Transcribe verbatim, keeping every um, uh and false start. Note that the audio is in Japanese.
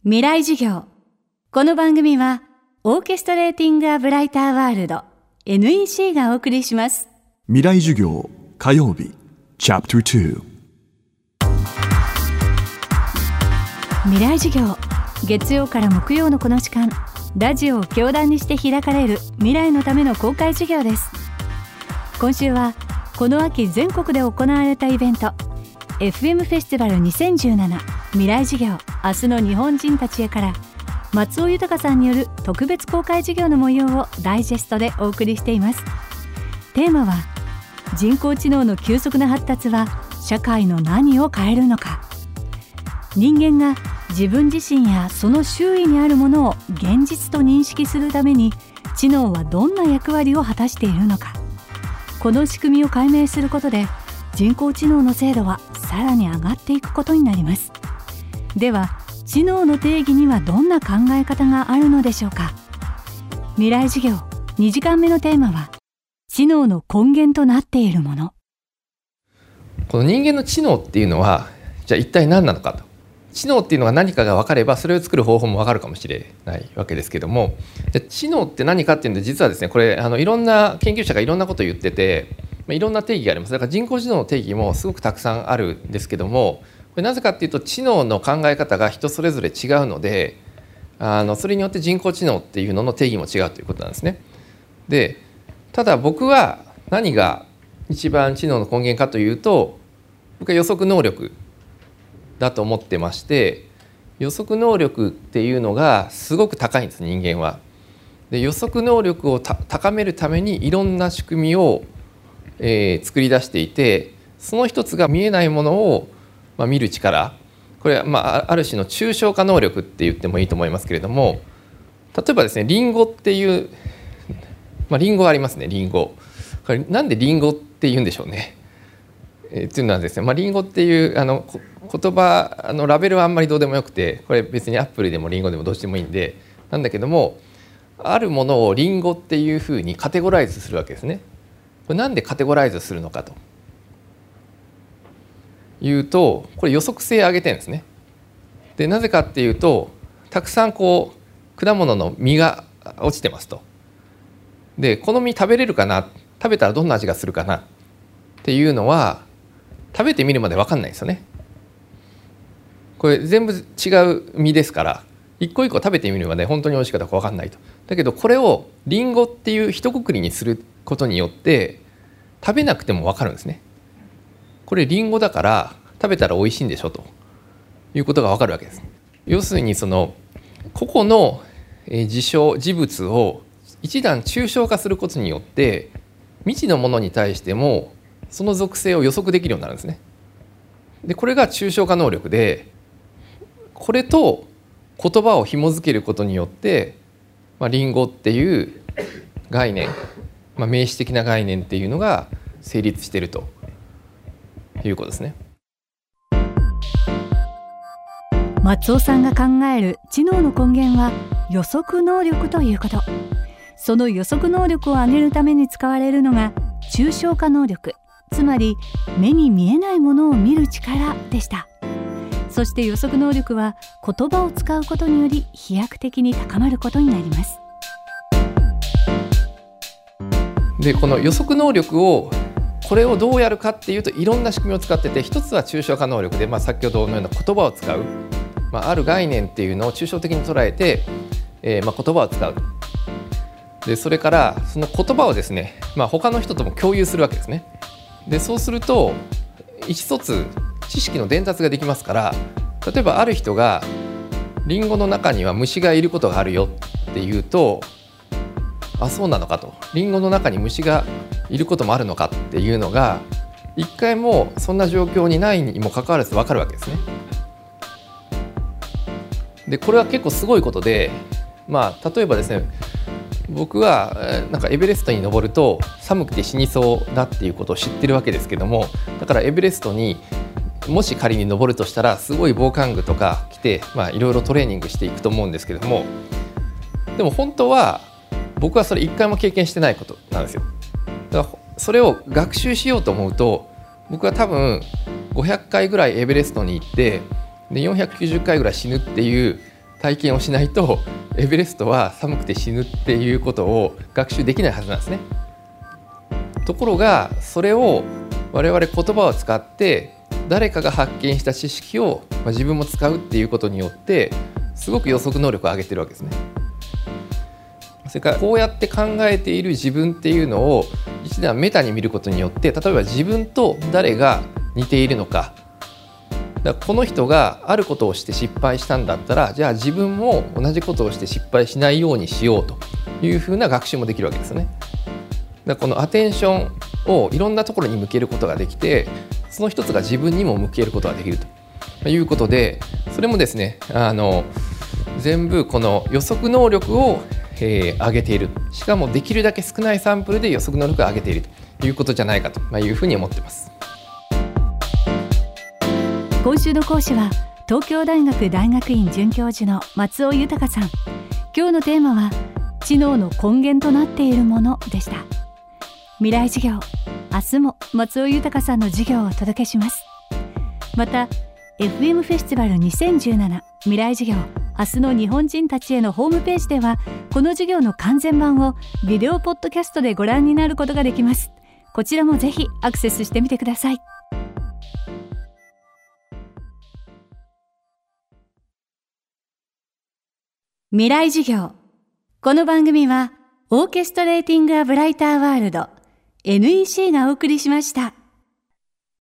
未来授業。この番組はオーケストレーティングアブライターワールド エヌイーシー がお送りします。 未来授業火曜日チャプターに。 未来授業、月曜から木曜のこの時間、ラジオを教壇にして開かれる未来のための公開授業です。今週はこの秋全国で行われたイベント エフエム フェスティバルにせんじゅうなな未来授業明日の日本人たちへから松尾豊さんによる特別公開授業の模様をダイジェストでお送りしています。テーマは人工知能の急速な発達は社会の何を変えるのか。人間が自分自身やその周囲にあるものを現実と認識するために知能はどんな役割を果たしているのか。この仕組みを解明することで人工知能の精度はさらに上がっていくことになります。では知能の定義にはどんな考え方があるのでしょうか。未来授業にじかんめのテーマは知能の根源となっているもの。 この人間の知能っていうのはじゃあ一体何なのかと。知能っていうのが何かが分かればそれを作る方法も分かるかもしれないわけですけども、知能って何かっていうんで実はですねこれあのいろんな研究者がいろんなことを言ってていろんな定義があります。だから人工知能の定義もすごくたくさんあるんですけども、これなぜかっていうと知能の考え方が人それぞれ違うので、あのそれによって人工知能っていうのの定義も違うということなんですね。でただ僕は何が一番知能の根源かというと、僕は予測能力だと思ってまして、予測能力っていうのがすごく高いんです人間は。で予測能力を高めるためにいろんな仕組みを、えー、作り出していて、その一つが見えないものを、まあ、見る力。これは、まあ、ある種の抽象化能力って言ってもいいと思いますけれども、例えばですねリンゴっていう、まあ、リンゴありますね。リンゴこれなんでリンゴって言うんでしょうね。えー、っていうのはですね、まあ、リンゴっていうあの言葉あのラベルはあんまりどうでもよくて、これ別にアップルでもリンゴでもどうしてもいいんでなんだけども、あるものをリンゴっていうふうにカテゴライズするわけですね。これなんでカテゴライズするのかというと、これ予測性を上げてるんですね。でなぜかっていうと、たくさんこう果物の実が落ちてますと。でこの実食べれるかな、食べたらどんな味がするかなっていうのは食べてみるまで分かんないんですよね。これ全部違う実ですから、一個一個食べてみるまで本当に美味しいかどうか分かんないと。だけどこれをリンゴっていう一括りにすることによって食べなくても分かるんですね。これリンゴだから食べたら美味しいんでしょということが分かるわけです。要するにその個々の事象事物を一段抽象化することによって未知のものに対してもその属性を予測できるようになるんですね。でこれが抽象化能力で、これと言葉を紐付けることによって、まあ、リンゴっていう概念、まあ、名詞的な概念っていうのが成立しているということですね。 松尾さんが考える知能の根源は予測能力ということ。その予測能力を上げるために使われるのが抽象化能力、つまり目に見えないものを見る力でした。そして予測能力は言葉を使うことにより飛躍的に高まることになります。 でこの予測能力をこれをどうやるかっていうと、いろんな仕組みを使ってて、一つは抽象化能力で、まあ、先ほどのような言葉を使う、まあ、ある概念っていうのを抽象的に捉えて、えーまあ、言葉を使う。でそれからその言葉をですね、まあ、他の人とも共有するわけですね。でそうすると意思疎通、知識の伝達ができますから、例えばある人がリンゴの中には虫がいることがあるよっていうと、あそうなのかと、リンゴの中に虫がいることもあるのかっていうのが一回もそんな状況にないにもかかわらず分かるわけですね。でこれは結構すごいことで、まあ例えばですね、僕はなんかエベレストに登ると寒くて死にそうだっていうことを知ってるわけですけども、だからエベレストにもし仮に登るとしたらすごい防寒具とか着て、まあいろいろトレーニングしていくと思うんですけれども、でも本当は僕はそれ一回も経験してないことなんですよ。だからそれを学習しようと思うと、僕は多分ごひゃっかいぐらいエベレストに行って、でよんひゃくきゅうじゅっかいぐらい死ぬっていう体験をしないとエベレストは寒くて死ぬっていうことを学習できないはずなんですね。ところがそれを我々言葉を使って誰かが発見した知識を自分も使うっていうことによってすごく予測能力を上げてるわけですね。それからこうやって考えている自分っていうのを一段メタに見ることによって例えば自分と誰が似ているのか、だからこの人があることをして失敗したんだったらじゃあ自分も同じことをして失敗しないようにしようというふうな学習もできるわけですよね。だからこのアテンションをいろんなところに向けることができてその一つが自分にも向けることができるということでそれもですねあの全部この予測能力をえー、上げている、しかもできるだけ少ないサンプルで予測能力を上げているということじゃないかというふうに思っています。 今週の講師は東京大学大学院准教授の松尾豊さん。今日のテーマは知能の根源となっているものでした。未来授業、明日も松尾豊さんの授業をお届けします。また エフエム フェスティバルにせんじゅうなな未来授業明日の日本人たちへのホームページではこの授業の完全版をビデオポッドキャストでご覧になることができます。こちらもぜひアクセスしてみてください。未来授業、この番組はオーケストレーティング・ア・ブライター・ワールド エヌイーシー がお送りしました。